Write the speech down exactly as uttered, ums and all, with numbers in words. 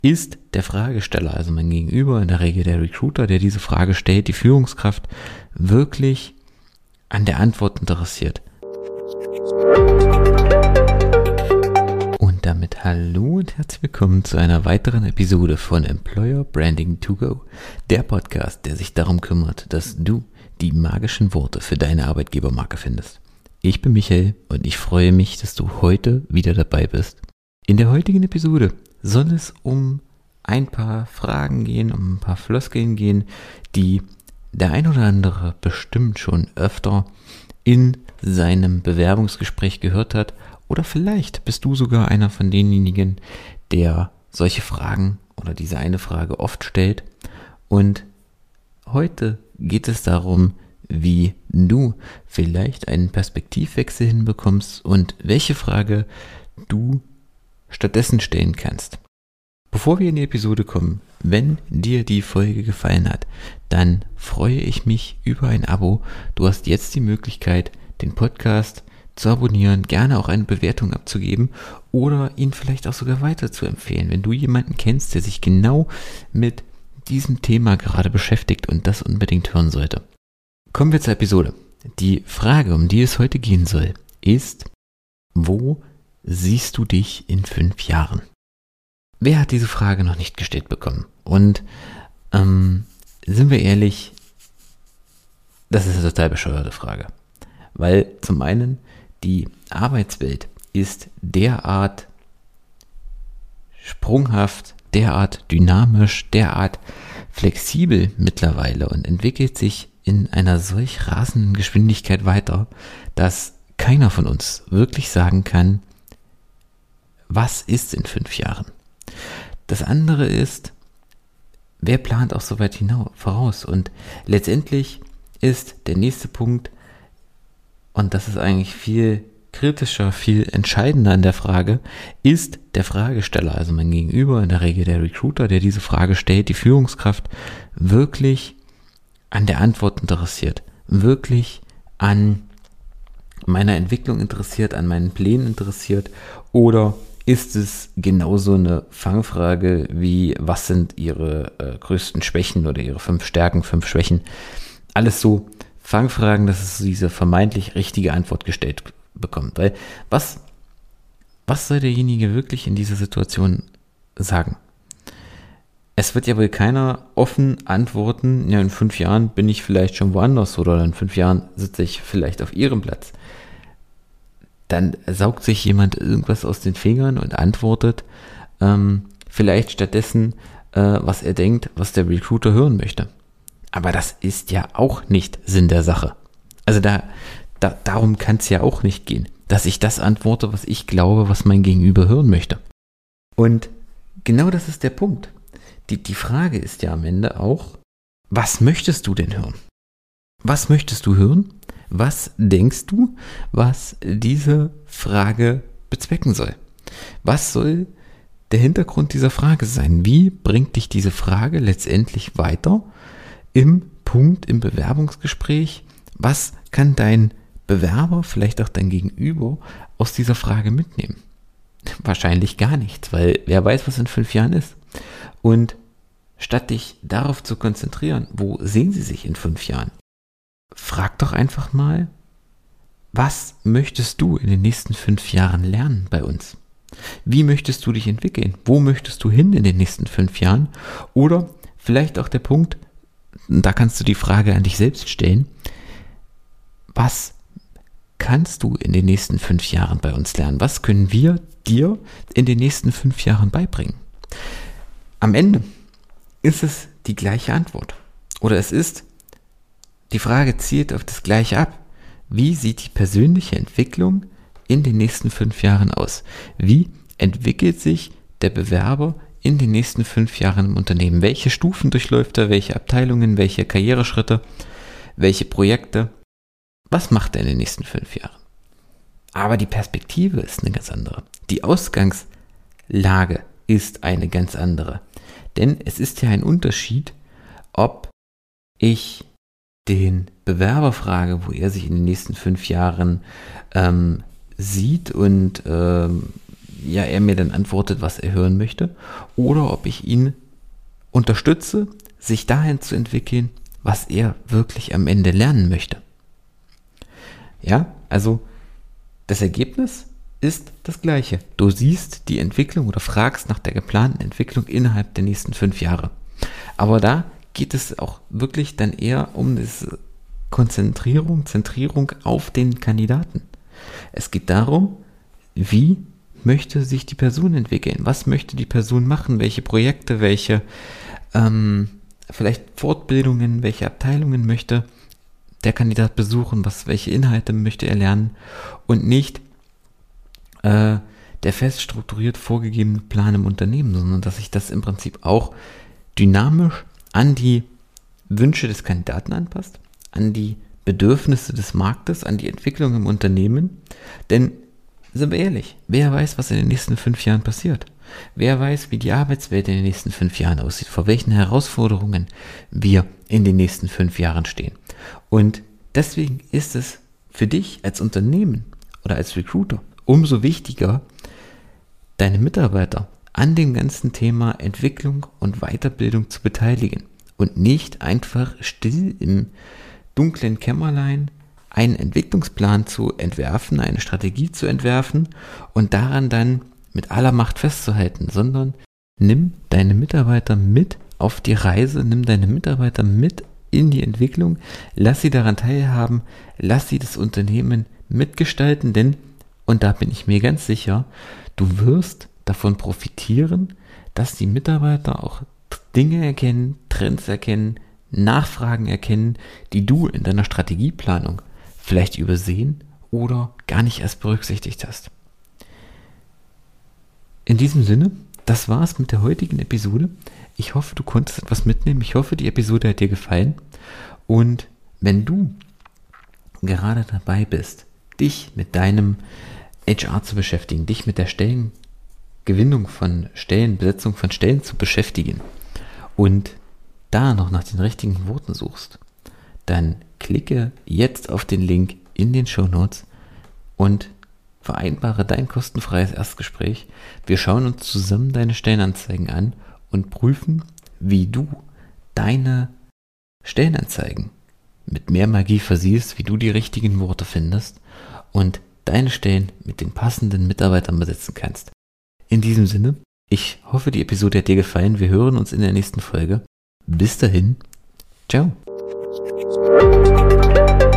Ist der Fragesteller, also mein Gegenüber, in der Regel der Recruiter, der diese Frage stellt, die Führungskraft, wirklich an der Antwort interessiert? Und damit hallo und herzlich willkommen zu einer weiteren Episode von Employer Branding to Go, der Podcast, der sich darum kümmert, dass du die magischen Worte für deine Arbeitgebermarke findest. Ich bin Michael und ich freue mich, dass du heute wieder dabei bist. In der heutigen Episode soll es um ein paar Fragen gehen, um ein paar Floskeln gehen, die der ein oder andere bestimmt schon öfter in seinem Bewerbungsgespräch gehört hat. Oder vielleicht bist du sogar einer von denjenigen, der solche Fragen oder diese eine Frage oft stellt. Und heute geht es darum, wie du vielleicht einen Perspektivwechsel hinbekommst und welche Frage du stattdessen stellen kannst. Bevor wir in die Episode kommen, wenn dir die Folge gefallen hat, dann freue ich mich über ein Abo. Du hast jetzt die Möglichkeit, den Podcast zu abonnieren, gerne auch eine Bewertung abzugeben oder ihn vielleicht auch sogar weiter zu empfehlen, wenn du jemanden kennst, der sich genau mit diesem Thema gerade beschäftigt und das unbedingt hören sollte. Kommen wir zur Episode. Die Frage, um die es heute gehen soll, ist: Wo siehst du dich in fünf Jahren? Wer hat diese Frage noch nicht gestellt bekommen? Und ähm, sind wir ehrlich, das ist eine total bescheuerte Frage. Weil zum einen die Arbeitswelt ist derart sprunghaft, derart dynamisch, derart flexibel mittlerweile und entwickelt sich in einer solch rasenden Geschwindigkeit weiter, dass keiner von uns wirklich sagen kann, was ist in fünf Jahren? Das andere ist, wer plant auch so weit hinaus, voraus? Und letztendlich ist der nächste Punkt, und das ist eigentlich viel kritischer, viel entscheidender in der Frage, ist der Fragesteller, also mein Gegenüber, in der Regel der Recruiter, der diese Frage stellt, die Führungskraft, wirklich an der Antwort interessiert, wirklich an meiner Entwicklung interessiert, an meinen Plänen interessiert, oder ist es genauso eine Fangfrage wie, was sind ihre äh, größten Schwächen oder ihre fünf Stärken, fünf Schwächen? Alles so Fangfragen, dass es diese vermeintlich richtige Antwort gestellt bekommt. Weil was, was soll derjenige wirklich in dieser Situation sagen? Es wird ja wohl keiner offen antworten, ja, in fünf Jahren bin ich vielleicht schon woanders oder in fünf Jahren sitze ich vielleicht auf ihrem Platz. Dann saugt sich jemand irgendwas aus den Fingern und antwortet ähm, vielleicht stattdessen, äh, was er denkt, was der Recruiter hören möchte. Aber das ist ja auch nicht Sinn der Sache. Also da, da darum kann es ja auch nicht gehen, dass ich das antworte, was ich glaube, was mein Gegenüber hören möchte. Und genau das ist der Punkt. Die, die Frage ist ja am Ende auch, was möchtest du denn hören? Was möchtest du hören? Was denkst du, was diese Frage bezwecken soll? Was soll der Hintergrund dieser Frage sein? Wie bringt dich diese Frage letztendlich weiter im Punkt, im Bewerbungsgespräch? Was kann dein Bewerber, vielleicht auch dein Gegenüber, aus dieser Frage mitnehmen? Wahrscheinlich gar nichts, weil wer weiß, was in fünf Jahren ist. Und statt dich darauf zu konzentrieren, wo sehen sie sich in fünf Jahren? Frag doch einfach mal, was möchtest du in den nächsten fünf Jahren lernen bei uns? Wie möchtest du dich entwickeln? Wo möchtest du hin in den nächsten fünf Jahren? Oder vielleicht auch der Punkt, da kannst du die Frage an dich selbst stellen, was kannst du in den nächsten fünf Jahren bei uns lernen? Was können wir dir in den nächsten fünf Jahren beibringen? Am Ende ist es die gleiche Antwort. Oder es ist, die Frage zielt auf das Gleiche ab. Wie sieht die persönliche Entwicklung in den nächsten fünf Jahren aus? Wie entwickelt sich der Bewerber in den nächsten fünf Jahren im Unternehmen? Welche Stufen durchläuft er? Welche Abteilungen? Welche Karriereschritte? Welche Projekte? Was macht er in den nächsten fünf Jahren? Aber die Perspektive ist eine ganz andere. Die Ausgangslage ist eine ganz andere. Denn es ist ja ein Unterschied, ob ich den Bewerber frage, wo er sich in den nächsten fünf Jahren ähm, sieht und ähm, ja er mir dann antwortet, was er hören möchte, oder ob ich ihn unterstütze, sich dahin zu entwickeln, was er wirklich am Ende lernen möchte. Ja, also das Ergebnis ist das gleiche. Du siehst die Entwicklung oder fragst nach der geplanten Entwicklung innerhalb der nächsten fünf Jahre. Aber da geht es auch wirklich dann eher um diese Konzentrierung, Zentrierung auf den Kandidaten. Es geht darum, wie möchte sich die Person entwickeln? Was möchte die Person machen? Welche Projekte, welche ähm, vielleicht Fortbildungen, welche Abteilungen möchte der Kandidat besuchen? Was, welche Inhalte möchte er lernen? Und nicht äh, der fest strukturiert vorgegebene Plan im Unternehmen, sondern dass sich das im Prinzip auch dynamisch an die Wünsche des Kandidaten anpasst, an die Bedürfnisse des Marktes, an die Entwicklung im Unternehmen. Denn, sind wir ehrlich, wer weiß, was in den nächsten fünf Jahren passiert? Wer weiß, wie die Arbeitswelt in den nächsten fünf Jahren aussieht, vor welchen Herausforderungen wir in den nächsten fünf Jahren stehen. Und deswegen ist es für dich als Unternehmen oder als Recruiter umso wichtiger, deine Mitarbeiter an dem ganzen Thema Entwicklung und Weiterbildung zu beteiligen und nicht einfach still im dunklen Kämmerlein einen Entwicklungsplan zu entwerfen, eine Strategie zu entwerfen und daran dann mit aller Macht festzuhalten, sondern nimm deine Mitarbeiter mit auf die Reise, nimm deine Mitarbeiter mit in die Entwicklung, lass sie daran teilhaben, lass sie das Unternehmen mitgestalten, denn, und da bin ich mir ganz sicher, du wirst davon profitieren, dass die Mitarbeiter auch Dinge erkennen, Trends erkennen, Nachfragen erkennen, die du in deiner Strategieplanung vielleicht übersehen oder gar nicht erst berücksichtigt hast. In diesem Sinne, das war's mit der heutigen Episode. Ich hoffe, du konntest etwas mitnehmen. Ich hoffe, die Episode hat dir gefallen. Und wenn du gerade dabei bist, dich mit deinem H R zu beschäftigen, dich mit der Stellengewinnung von Stellen, Besetzung von Stellen zu beschäftigen und da noch nach den richtigen Worten suchst, dann klicke jetzt auf den Link in den Shownotes und vereinbare dein kostenfreies Erstgespräch. Wir schauen uns zusammen deine Stellenanzeigen an und prüfen, wie du deine Stellenanzeigen mit mehr Magie versiehst, wie du die richtigen Worte findest und deine Stellen mit den passenden Mitarbeitern besetzen kannst. In diesem Sinne, ich hoffe, die Episode hat dir gefallen. Wir hören uns in der nächsten Folge. Bis dahin, ciao.